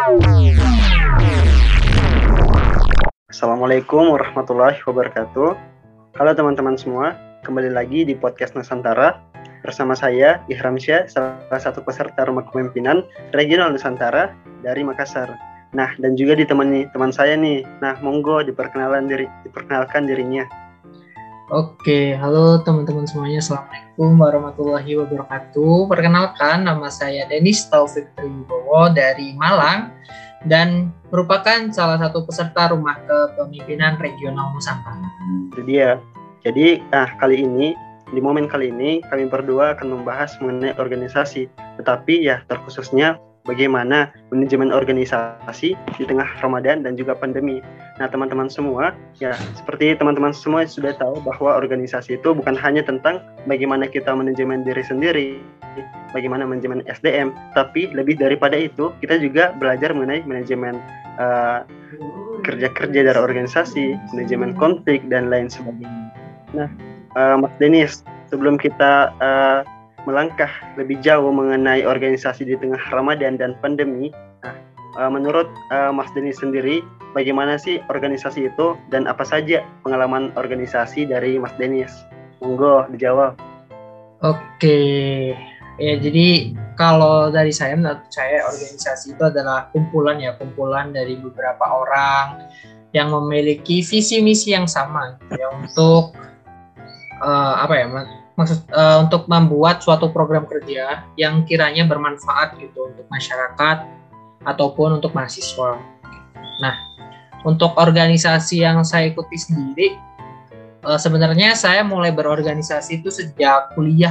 Assalamualaikum warahmatullahi wabarakatuh. Halo teman-teman semua, kembali lagi di podcast Nusantara bersama saya Ihramsyah, salah satu peserta Rumah Kepemimpinan Regional Nusantara dari Makassar. Nah, dan juga ditemani teman saya nih. Nah, monggo diperkenalkan dirinya. Oke, halo teman-teman semuanya. Assalamualaikum warahmatullahi wabarakatuh. Perkenalkan, nama saya Denis Taufik Triwibowo dari Malang dan merupakan salah satu peserta Rumah Kepemimpinan Regional Nusantara. Itu dia. Jadi, kali ini, di momen kali ini, kami berdua akan membahas mengenai organisasi. Tetapi ya, terkhususnya bagaimana manajemen organisasi di tengah Ramadan dan juga pandemi. Nah, teman-teman semua, ya seperti teman-teman semua sudah tahu bahwa organisasi itu bukan hanya tentang bagaimana kita manajemen diri sendiri, bagaimana manajemen SDM, tapi lebih daripada itu, kita juga belajar mengenai manajemen kerja-kerja dari organisasi, manajemen konflik, dan lain sebagainya. Nah, Mas Denis, sebelum kita melangkah lebih jauh mengenai organisasi di tengah Ramadan dan pandemi, menurut Mas Denis sendiri, bagaimana sih organisasi itu dan apa saja pengalaman organisasi dari Mas Denis? Monggo dijawab. Oke, ya jadi kalau dari saya, menurut saya organisasi itu adalah kumpulan dari beberapa orang yang memiliki visi misi yang sama ya untuk untuk membuat suatu program kerja yang kiranya bermanfaat gitu untuk masyarakat ataupun untuk mahasiswa. Nah, untuk organisasi yang saya ikuti sendiri, sebenarnya saya mulai berorganisasi itu sejak kuliah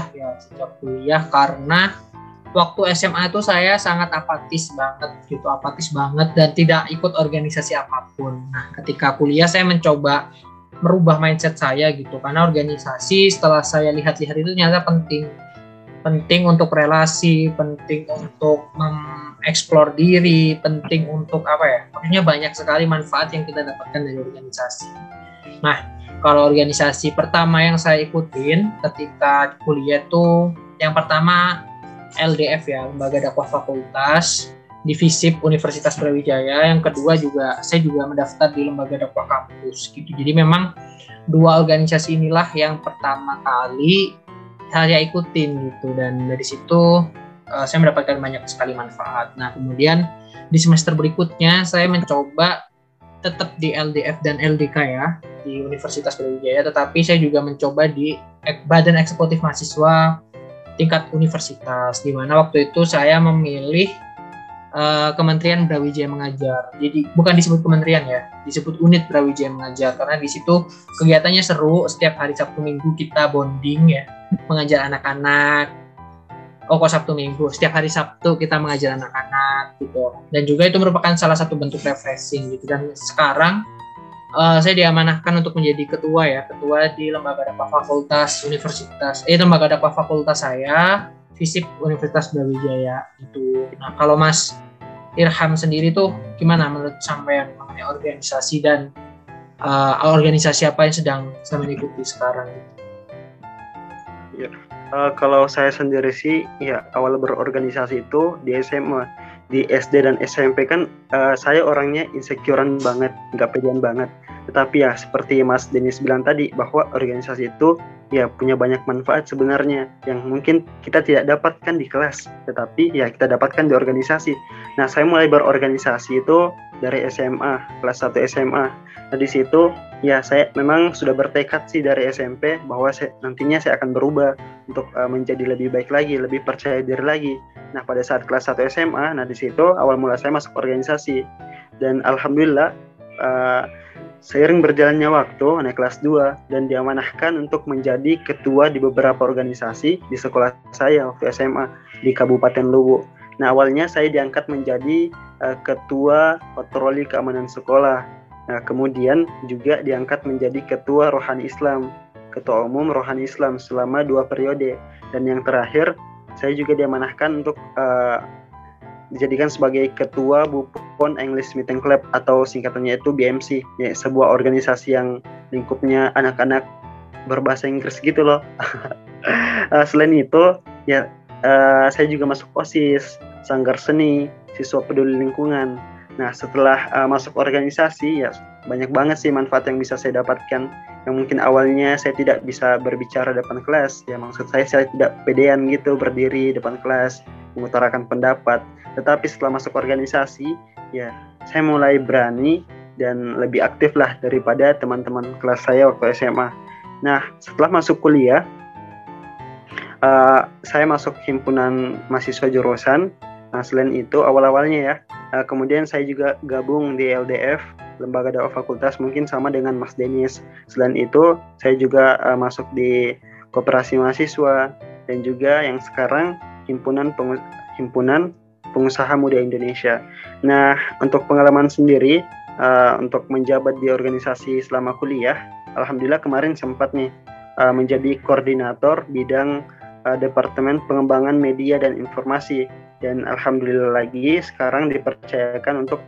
karena waktu SMA itu saya sangat apatis banget dan tidak ikut organisasi apapun. Nah, ketika kuliah saya mencoba merubah mindset saya gitu, karena organisasi setelah saya lihat-lihat itu ternyata penting untuk relasi, penting untuk mengeksplor diri, penting untuk maksudnya banyak sekali manfaat yang kita dapatkan dari organisasi. Nah, kalau organisasi pertama yang saya ikutin ketika kuliah itu yang pertama LDF ya, Lembaga Dakwah Fakultas di FISIP Universitas Brawijaya. Yang kedua saya juga mendaftar di Lembaga Dakwah Kampus gitu. Jadi memang dua organisasi inilah yang pertama kali saya ikutin gitu, dan dari situ saya mendapatkan banyak sekali manfaat. Nah, kemudian di semester berikutnya saya mencoba tetap di LDF dan LDK ya di Universitas Brawijaya, tetapi saya juga mencoba di Badan Eksekutif Mahasiswa tingkat universitas, di mana waktu itu saya memilih Kementerian Brawijaya Mengajar. Jadi bukan disebut kementerian ya, disebut unit Brawijaya Mengajar, karena di situ kegiatannya seru. Setiap hari Sabtu Minggu kita bonding ya, mengajar anak-anak. Kok Sabtu Minggu, setiap hari Sabtu kita mengajar anak-anak gitu. Dan juga itu merupakan salah satu bentuk refreshing gitu. Dan sekarang saya diamanahkan untuk menjadi ketua di Lembaga Dakwah Fakultas Lembaga Dakwah Fakultas saya, FISIP Universitas Brawijaya itu. Nah, kalau Mas Irham sendiri tuh gimana menurut sampean mengenai organisasi dan organisasi apa yang sedang sampean ikuti sekarang? Ya, kalau saya sendiri sih ya awal berorganisasi itu di SMA. Di SD dan SMP kan saya orangnya insecurean banget, nggak pedean banget. Tetapi ya seperti Mas Denis bilang tadi, bahwa organisasi itu ya punya banyak manfaat sebenarnya yang mungkin kita tidak dapatkan di kelas, tetapi ya kita dapatkan di organisasi. Nah, saya mulai berorganisasi itu dari SMA, kelas 1 SMA. Nah, di situ ya saya memang sudah bertekad sih dari SMP bahwa nantinya saya akan berubah untuk menjadi lebih baik lagi, lebih percaya diri lagi. Nah, pada saat kelas 1 SMA, nah di situ awal mula saya masuk organisasi. Dan alhamdulillah seiring berjalannya waktu, naik kelas 2 dan diamanahkan untuk menjadi ketua di beberapa organisasi di sekolah saya waktu SMA di Kabupaten Luwu. Nah, awalnya saya diangkat menjadi ketua patroli keamanan sekolah. Nah, kemudian juga diangkat menjadi ketua Rohani Islam, ketua umum Rohani Islam selama 2 periode. Dan yang terakhir, saya juga diamanahkan untuk dijadikan sebagai ketua Bupon English Meeting Club atau singkatannya itu BMC, ya, sebuah organisasi yang lingkupnya anak-anak berbahasa Inggris gitu loh. Selain itu, ya saya juga masuk OSIS, Sanggar Seni, siswa peduli lingkungan. Nah, setelah masuk organisasi, ya banyak banget sih manfaat yang bisa saya dapatkan. Yang mungkin awalnya saya tidak bisa berbicara depan kelas, ya maksud saya tidak pedean gitu berdiri depan kelas, mengutarakan pendapat. Tetapi setelah masuk organisasi, ya saya mulai berani dan lebih aktif lah daripada teman-teman kelas saya waktu SMA. Nah, setelah masuk kuliah, saya masuk himpunan mahasiswa jurusan. Nah, selain itu awal-awalnya ya, kemudian saya juga gabung di LDF, Lembaga Dakwah Fakultas, mungkin sama dengan Mas Denis. Selain itu, saya juga masuk di Koperasi Mahasiswa dan juga yang sekarang Himpunan Pengusaha Muda Indonesia. Nah, untuk pengalaman sendiri, untuk menjabat di organisasi selama kuliah, alhamdulillah kemarin sempat nih menjadi koordinator bidang Departemen Pengembangan Media dan Informasi, dan alhamdulillah lagi sekarang dipercayakan untuk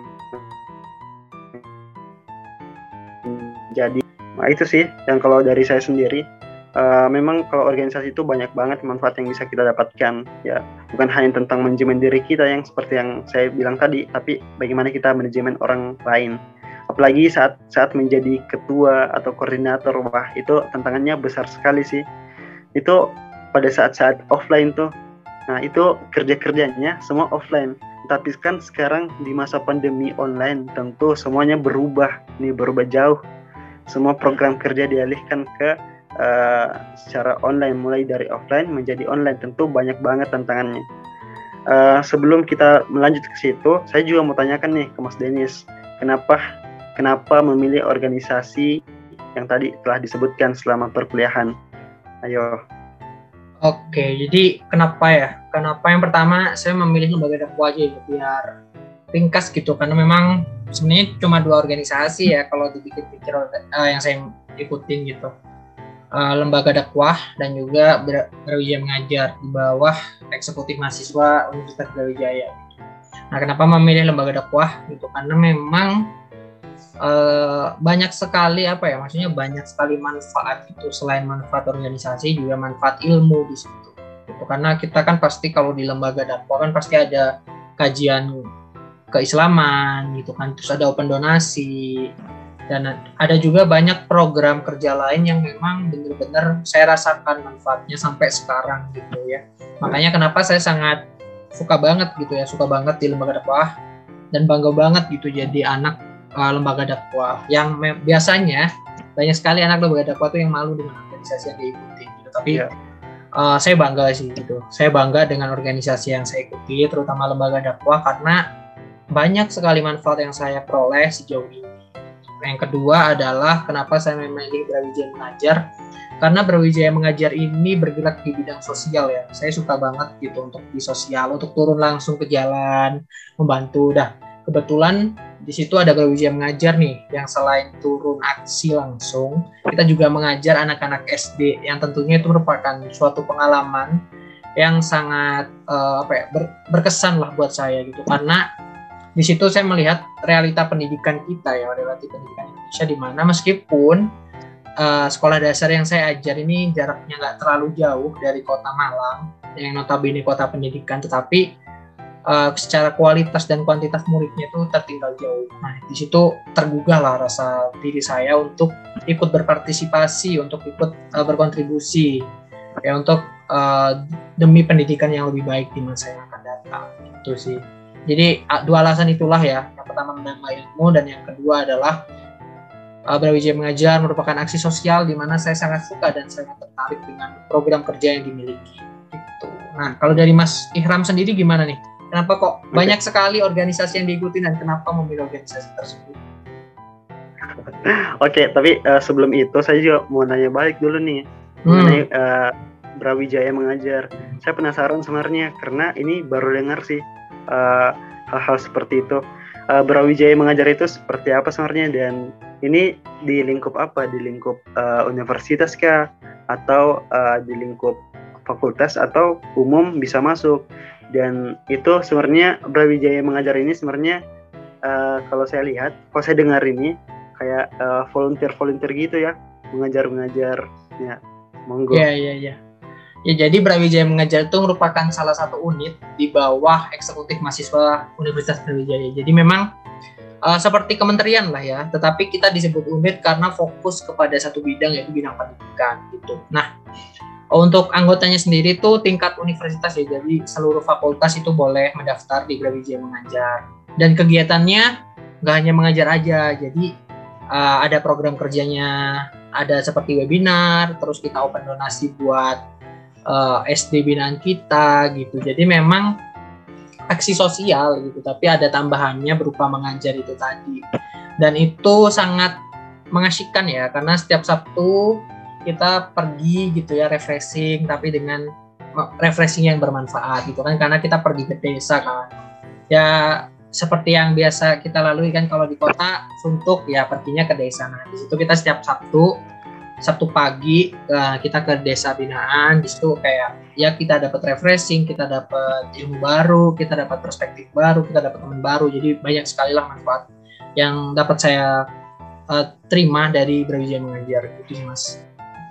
jadi. Nah, itu sih yang kalau dari saya sendiri. Memang kalau organisasi itu banyak banget manfaat yang bisa kita dapatkan, ya bukan hanya tentang manajemen diri kita yang seperti yang saya bilang tadi, tapi bagaimana kita manajemen orang lain. Apalagi saat menjadi ketua atau koordinator, wah itu tantangannya besar sekali sih. Itu pada saat offline tuh, nah itu kerjanya semua offline. Tapi kan sekarang di masa pandemi online, tentu semuanya berubah jauh. Semua program kerja dialihkan ke secara online, mulai dari offline menjadi online. Tentu banyak banget tantangannya. Sebelum kita melanjut ke situ, saya juga mau tanyakan nih ke Mas Denis, kenapa memilih organisasi yang tadi telah disebutkan selama perkuliahan? Ayo. Oke, jadi kenapa yang pertama saya memilih lembaga dakwah aja ya, biar ringkas gitu, karena memang sebenarnya cuma 2 organisasi ya kalau dipikir-pikir yang saya ikutin gitu. Lembaga dakwah dan juga Brawijaya Mengajar di bawah Eksekutif Mahasiswa Universitas Brawijaya. Nah, kenapa memilih lembaga dakwah? Gitu karena memang banyak sekali banyak sekali manfaat itu, selain manfaat organisasi juga manfaat ilmu di situ. Gitu. Karena kita kan pasti kalau di lembaga dakwah kan pasti ada kajian keislaman gitu kan, terus ada open donasi. Dan ada juga banyak program kerja lain yang memang benar-benar saya rasakan manfaatnya sampai sekarang gitu ya. Makanya kenapa saya sangat suka banget di lembaga dakwah dan bangga banget gitu jadi anak lembaga dakwah. Yang biasanya banyak sekali anak lembaga dakwah itu yang malu dengan organisasi yang diikuti gitu. Tapi saya bangga sih gitu. Saya bangga dengan organisasi yang saya ikuti, terutama lembaga dakwah, karena banyak sekali manfaat yang saya peroleh sejauh ini. Yang kedua adalah kenapa saya memilih Brawijaya Mengajar, karena Brawijaya Mengajar ini bergerak di bidang sosial ya. Saya suka banget gitu untuk di sosial, untuk turun langsung ke jalan, membantu. Kebetulan di situ ada Brawijaya Mengajar nih, yang selain turun aksi langsung, kita juga mengajar anak-anak SD, yang tentunya itu merupakan suatu pengalaman yang sangat berkesan lah buat saya gitu, karena di situ saya melihat realita pendidikan kita ya, realita pendidikan Indonesia, di mana meskipun sekolah dasar yang saya ajar ini jaraknya nggak terlalu jauh dari kota Malang, yang notabene kota pendidikan, tetapi secara kualitas dan kuantitas muridnya itu tertinggal jauh. Nah, di situ tergugah lah rasa diri saya untuk ikut berpartisipasi, untuk ikut berkontribusi ya, untuk demi pendidikan yang lebih baik di masa yang akan datang. Itu sih. Jadi 2 alasan itulah ya. Yang pertama menambah ilmu, dan yang kedua adalah Brawijaya Mengajar merupakan aksi sosial di mana saya sangat suka dan sangat tertarik dengan program kerja yang dimiliki. Gitu. Nah, kalau dari Mas Ihram sendiri gimana nih? Kenapa kok banyak sekali organisasi yang diikuti dan kenapa memilih organisasi tersebut? Oke, tapi sebelum itu saya juga mau nanya balik dulu nih mengenai Brawijaya Mengajar. Saya penasaran sebenarnya karena ini baru dengar sih hal-hal seperti itu. Brawijaya Mengajar itu seperti apa sebenarnya, dan ini di lingkup apa? Di lingkup universitas kah? Atau di lingkup fakultas atau umum bisa masuk? Dan itu sebenarnya Brawijaya Mengajar ini sebenarnya kalau saya lihat, kalau saya dengar ini kayak volunteer gitu ya, mengajar ya. Monggo. Iya. Ya, jadi Brawijaya Mengajar itu merupakan salah satu unit di bawah eksekutif mahasiswa Universitas Brawijaya. Jadi memang seperti kementerian lah ya, tetapi kita disebut unit karena fokus kepada satu bidang, yaitu bidang pendidikan gitu. Nah, untuk anggotanya sendiri tuh tingkat universitas ya, jadi seluruh fakultas itu boleh mendaftar di Brawijaya Mengajar. Dan kegiatannya nggak hanya mengajar aja, jadi ada program kerjanya, ada seperti webinar, terus kita open donasi buat SD binaan kita gitu. Jadi memang aksi sosial gitu, tapi ada tambahannya berupa mengajar itu tadi. Dan itu sangat mengasyikkan ya, karena setiap Sabtu kita pergi gitu ya, refreshing, tapi dengan refreshing yang bermanfaat gitu kan, karena kita pergi ke desa kan. Ya seperti yang biasa kita lalui kan, kalau di kota suntuk ya perginya ke desa. Nah, di situ kita setiap Sabtu pagi kita ke desa binaan. Di situ kayak ya kita dapat refreshing, kita dapat ilmu baru, kita dapat perspektif baru, kita dapat teman baru. Jadi banyak sekali lah manfaat yang dapat saya terima dari Brawijaya Mengajar itu, Mas.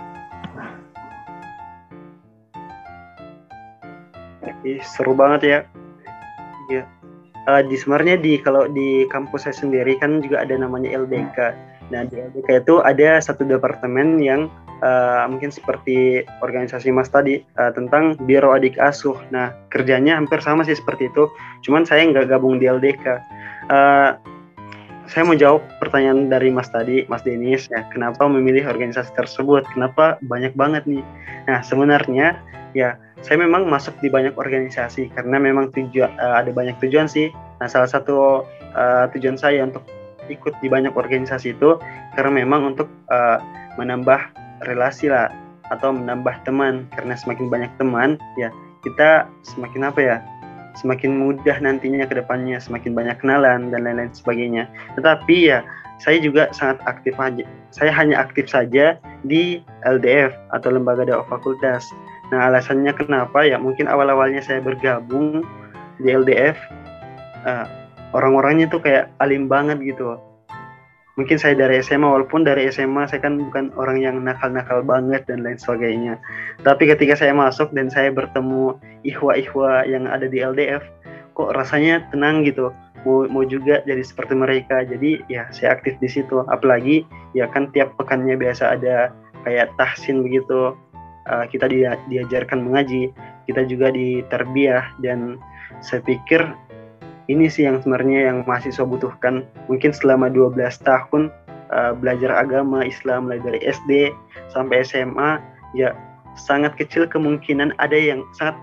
Seru banget ya. Ya. Sebenarnya kalau di kampus saya sendiri kan juga ada namanya LDK. Nah, di LDK itu ada satu departemen yang mungkin seperti organisasi Mas tadi, tentang Biro Adik Asuh. Nah, kerjanya hampir sama sih seperti itu, cuman saya nggak gabung di LDK. Saya mau jawab pertanyaan dari Mas tadi, Mas Denis, ya, kenapa memilih organisasi tersebut, kenapa banyak banget nih. Nah, sebenarnya ya saya memang masuk di banyak organisasi karena memang ada banyak tujuan sih. Nah, salah satu tujuan saya untuk ikut di banyak organisasi itu karena memang untuk menambah relasi lah, atau menambah teman, karena semakin banyak teman ya kita semakin mudah nantinya ke depannya, semakin banyak kenalan dan lain-lain sebagainya. Tetapi ya saya juga sangat aktif aja. Saya hanya aktif saja di LDF atau Lembaga Dakwah Fakultas. Nah, alasannya kenapa ya, mungkin awal-awalnya saya bergabung di LDF, orang-orangnya tuh kayak alim banget gitu. Mungkin saya dari SMA, walaupun dari SMA saya kan bukan orang yang nakal-nakal banget dan lain sebagainya. Tapi ketika saya masuk dan saya bertemu ihwa-ihwa yang ada di LDF, kok rasanya tenang gitu. Mau juga jadi seperti mereka. Jadi ya saya aktif di situ. Apalagi ya kan tiap pekannya biasa ada kayak tahsin begitu. Kita diajarkan mengaji, kita juga ditarbiyah, dan saya pikir ini sih yang sebenarnya yang mahasiswa butuhkan. Mungkin selama 12 tahun belajar agama Islam mulai dari SD sampai SMA, ya sangat kecil kemungkinan ada yang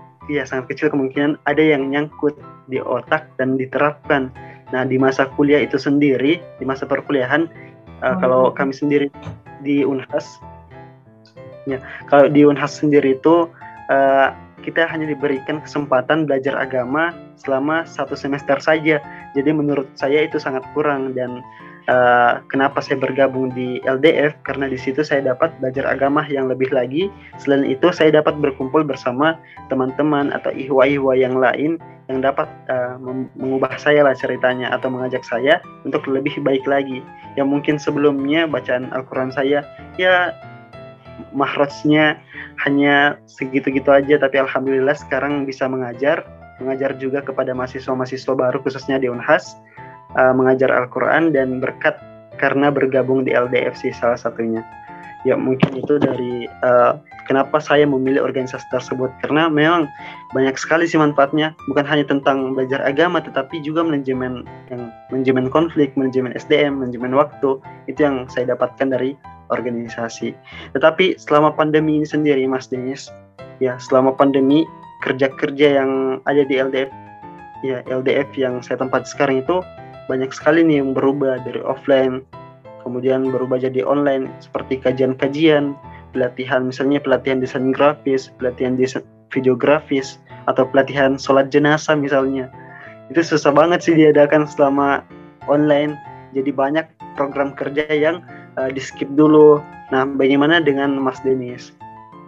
nyangkut di otak dan diterapkan. Nah, di masa kuliah itu sendiri, di masa perkuliahan, kalau kami sendiri di Unhas, ya kalau di Unhas sendiri itu kita hanya diberikan kesempatan belajar agama selama 1 semester saja. Jadi menurut saya itu sangat kurang. Dan kenapa saya bergabung di LDF, karena di situ saya dapat belajar agama yang lebih lagi. Selain itu saya dapat berkumpul bersama teman-teman atau ihwa-ihwa yang lain yang dapat mengubah saya lah ceritanya, atau mengajak saya untuk lebih baik lagi. Yang mungkin sebelumnya bacaan Al-Quran saya ya mahrajnya hanya segitu-gitu aja, tapi alhamdulillah sekarang bisa mengajar juga kepada mahasiswa-mahasiswa baru khususnya di Unhas, mengajar Al-Quran, dan berkat karena bergabung di LDF sih salah satunya. Ya mungkin itu dari kenapa saya memilih organisasi tersebut, karena memang banyak sekali sih manfaatnya, bukan hanya tentang belajar agama tetapi juga manajemen konflik, manajemen SDM, manajemen waktu, itu yang saya dapatkan dari organisasi. Tetapi selama pandemi ini sendiri Mas Denis, ya selama pandemi kerja-kerja yang ada di LDF yang saya tempat sekarang itu banyak sekali nih yang berubah dari offline kemudian berubah jadi online, seperti kajian-kajian, misalnya pelatihan desain grafis, pelatihan desain videografis, atau pelatihan sholat jenazah misalnya. Itu susah banget sih diadakan selama online, jadi banyak program kerja yang di skip dulu. Nah, bagaimana dengan Mas Denis?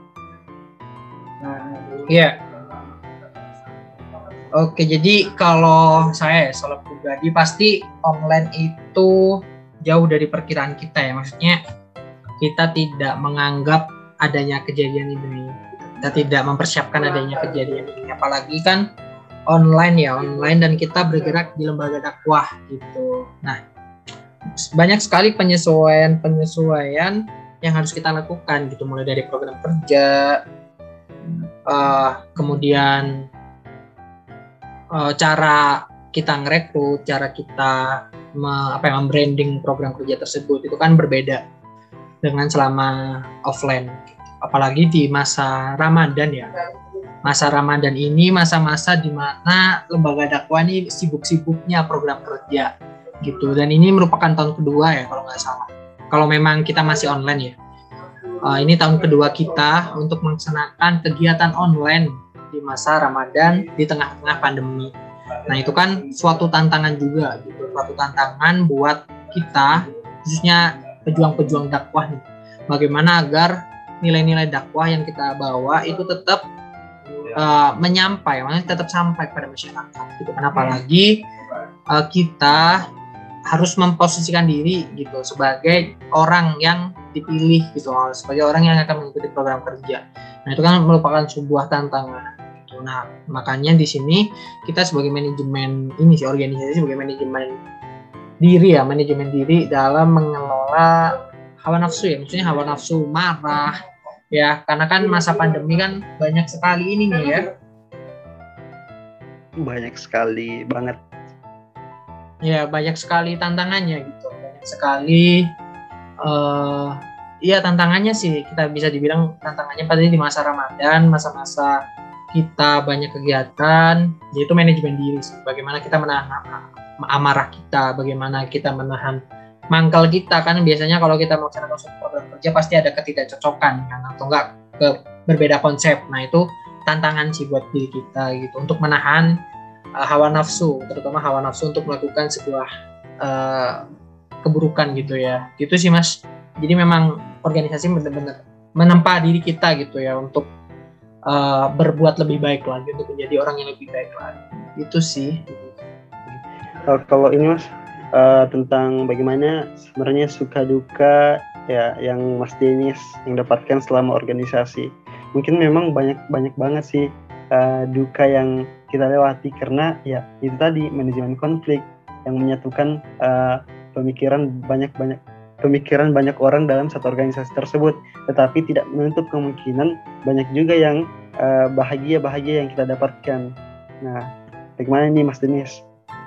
Iya. Oke, jadi kalau saya pribadi pasti online itu jauh dari perkiraan kita ya. Maksudnya kita tidak menganggap adanya kejadian ini. kita tidak mempersiapkan adanya kejadian ini. Apalagi kan online dan kita bergerak di lembaga dakwah gitu. Nah, banyak sekali penyesuaian yang harus kita lakukan gitu, mulai dari program kerja, kemudian cara kita ngerekrut, cara kita membranding program kerja tersebut itu kan berbeda dengan selama offline. Apalagi di masa Ramadan ya. Masa Ramadan ini masa-masa di mana lembaga dakwah ini sibuk-sibuknya program kerja gitu. Dan ini merupakan tahun kedua ya kalau nggak salah. Kalau memang kita masih online ya. Ini tahun kedua kita untuk melaksanakan kegiatan online di masa Ramadan di tengah-tengah pandemi. Nah, itu kan suatu tantangan juga gitu, suatu tantangan buat kita, khususnya pejuang-pejuang dakwah nih. Bagaimana agar nilai-nilai dakwah yang kita bawa itu tetap tetap sampai pada masyarakat gitu. Apalagi kita harus memposisikan diri gitu sebagai orang yang dipilih gitu, sebagai orang yang akan mengikuti program kerja. Nah, itu kan merupakan sebuah tantangan. Nah, makanya di sini kita sebagai manajemen organisasi sebagai manajemen diri dalam mengelola hawa nafsu ya, maksudnya hawa nafsu marah ya, karena kan masa pandemi kan banyak sekali ini nih ya. Banyak sekali banget. Ya, banyak sekali tantangannya gitu, banyak sekali tantangannya sih, kita bisa dibilang tantangannya pada di masa Ramadan, masa-masa kita banyak kegiatan, yaitu manajemen diri sih. Bagaimana kita menahan amarah kita, bagaimana kita menahan mangkal kita, kan biasanya kalau kita melaksanakan suatu program kerja pasti ada ketidakcocokan kan, atau enggak berbeda konsep. Nah, itu tantangan sih buat diri kita gitu, untuk menahan hawa nafsu, terutama hawa nafsu untuk melakukan sebuah keburukan gitu ya. Gitu sih Mas. Jadi memang organisasi benar-benar menempa diri kita gitu ya, untuk berbuat lebih baik lagi, untuk menjadi orang yang lebih baik lagi. Itu sih. Kalau ini Mas, tentang bagaimana sebenarnya suka duka ya yang Mas Denis yang dapatkan selama organisasi. Mungkin memang banyak banget sih duka yang kita lewati, karena ya itu tadi manajemen konflik yang menyatukan pemikiran banyak orang dalam satu organisasi tersebut, tetapi tidak menutup kemungkinan banyak juga yang bahagia yang kita dapatkan. Nah, bagaimana nih Mas Denis?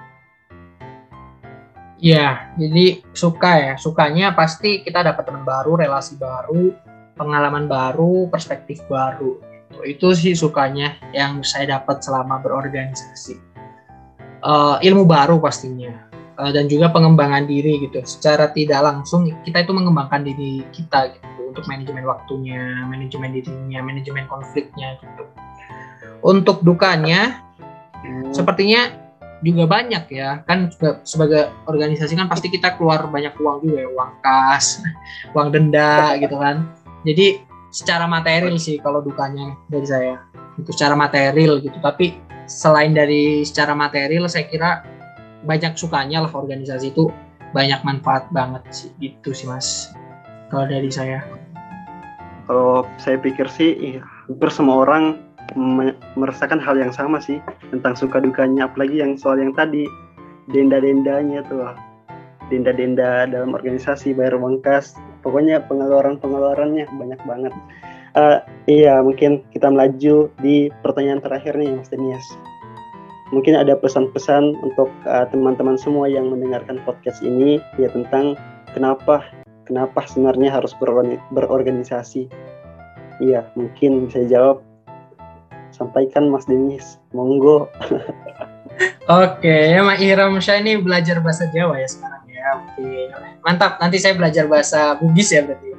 Ya, jadi sukanya pasti kita dapat teman baru, relasi baru, pengalaman baru, perspektif baru. Itu sih sukanya yang saya dapat selama berorganisasi. Ilmu baru pastinya. Dan juga pengembangan diri gitu. Secara tidak langsung kita itu mengembangkan diri kita gitu, untuk manajemen waktunya, manajemen dirinya, manajemen konfliknya gitu. Untuk dukanya sepertinya juga banyak ya. Kan sebagai organisasi kan pasti kita keluar banyak uang juga ya, uang kas, uang denda gitu kan. Jadi secara material sih kalau dukanya dari saya. Itu secara material gitu. Tapi selain dari secara material, saya kira banyak sukanya lah organisasi itu, banyak manfaat banget sih, gitu sih Mas kalau dari saya. Kalau saya pikir sih hampir semua orang merasakan hal yang sama sih tentang suka dukanya, apalagi yang soal yang tadi denda-dendanya tuh, denda dalam organisasi, bayar uang kas, pokoknya pengeluarannya banyak banget. Mungkin kita melaju di pertanyaan terakhir nih Mas Denias. Mungkin ada pesan-pesan untuk teman-teman semua yang mendengarkan podcast ini ya, tentang kenapa sebenarnya harus berorganisasi. Iya, mungkin bisa jawab. Sampaikan Mas Denis, monggo. Oke, Mas Ihram Syah ini belajar bahasa Jawa ya sekarang ya. Oke, mantap. Nanti saya belajar bahasa Bugis ya berarti.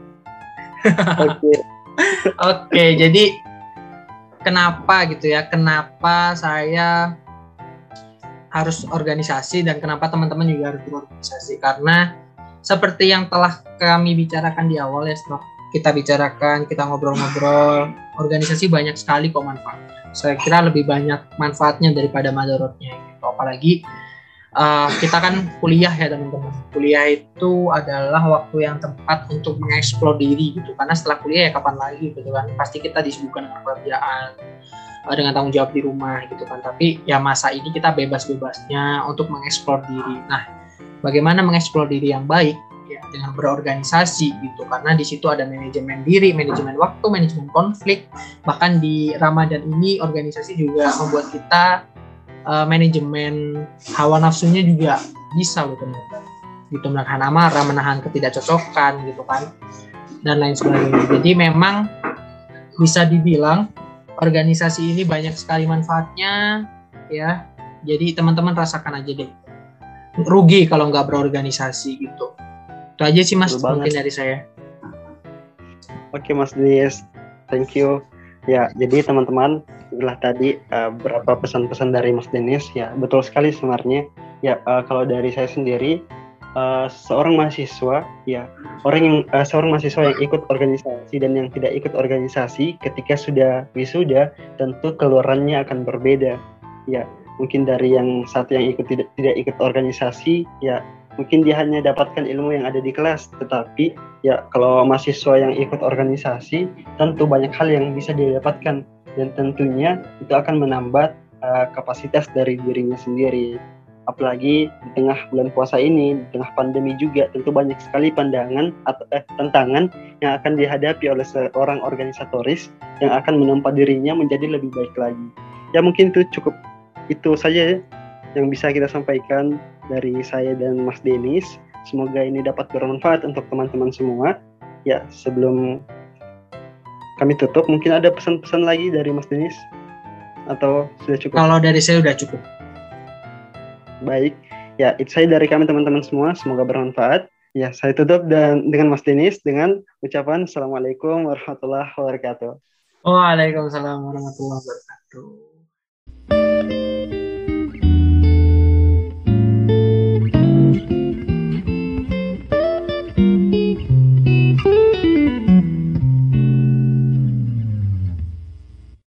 Oke, jadi kenapa gitu ya? Kenapa saya harus organisasi dan kenapa teman-teman juga harus berorganisasi? Karena seperti yang telah kami bicarakan di awal ya, setelah kita ngobrol-ngobrol, organisasi banyak sekali kok manfaat. Saya kira lebih banyak manfaatnya daripada madorotnya gitu. Apalagi kita kan kuliah ya teman-teman. Kuliah itu adalah waktu yang tepat untuk mengeksplor diri gitu. Karena setelah kuliah ya kapan lagi gitu kan. Pasti kita disibukkan dengan pekerjaan, dengan tanggung jawab di rumah gitu kan. Tapi ya masa ini kita bebas-bebasnya untuk mengeksplor diri. Nah, bagaimana mengeksplor diri yang baik? Ya, dengan berorganisasi gitu. Karena di situ ada manajemen diri, manajemen waktu, manajemen konflik. Bahkan di Ramadan ini organisasi juga membuat kita manajemen hawa nafsunya juga bisa loh teman-teman, gitu, menahan amarah, menahan ketidakcocokan gitu kan, dan lain sebagainya. Jadi memang bisa dibilang organisasi ini banyak sekali manfaatnya ya. Jadi teman-teman rasakan aja deh, rugi kalau nggak berorganisasi gitu. Itu aja sih Mas, mungkin dari saya. Oke Mas Dis, thank you. Ya, jadi teman-teman, itulah tadi beberapa pesan-pesan dari Mas Denis. Ya, betul sekali sebenarnya. Ya, kalau dari saya sendiri, seorang mahasiswa, ya, seorang mahasiswa yang ikut organisasi dan yang tidak ikut organisasi, ketika sudah wisuda, tentu keluarannya akan berbeda. Ya, mungkin dari yang satu yang tidak ikut organisasi, ya, mungkin dia hanya dapatkan ilmu yang ada di kelas, tetapi ya kalau mahasiswa yang ikut organisasi tentu banyak hal yang bisa dia dapatkan, dan tentunya itu akan menambah kapasitas dari dirinya sendiri. Apalagi di tengah bulan puasa ini, di tengah pandemi juga, tentu banyak sekali pandangan atau tantangan yang akan dihadapi oleh seorang organisatoris yang akan menempa dirinya menjadi lebih baik lagi. Ya mungkin itu saja ya yang bisa kita sampaikan dari saya dan Mas Denis. Semoga ini dapat bermanfaat untuk teman-teman semua. Ya, sebelum kami tutup, mungkin ada pesan-pesan lagi dari Mas Denis? Atau sudah cukup? Kalau dari saya sudah cukup. Baik, ya itu saya dari kami teman-teman semua. Semoga bermanfaat. Ya, saya tutup dengan Mas Denis dengan ucapan Assalamualaikum warahmatullahi wabarakatuh. Waalaikumsalam warahmatullahi wabarakatuh.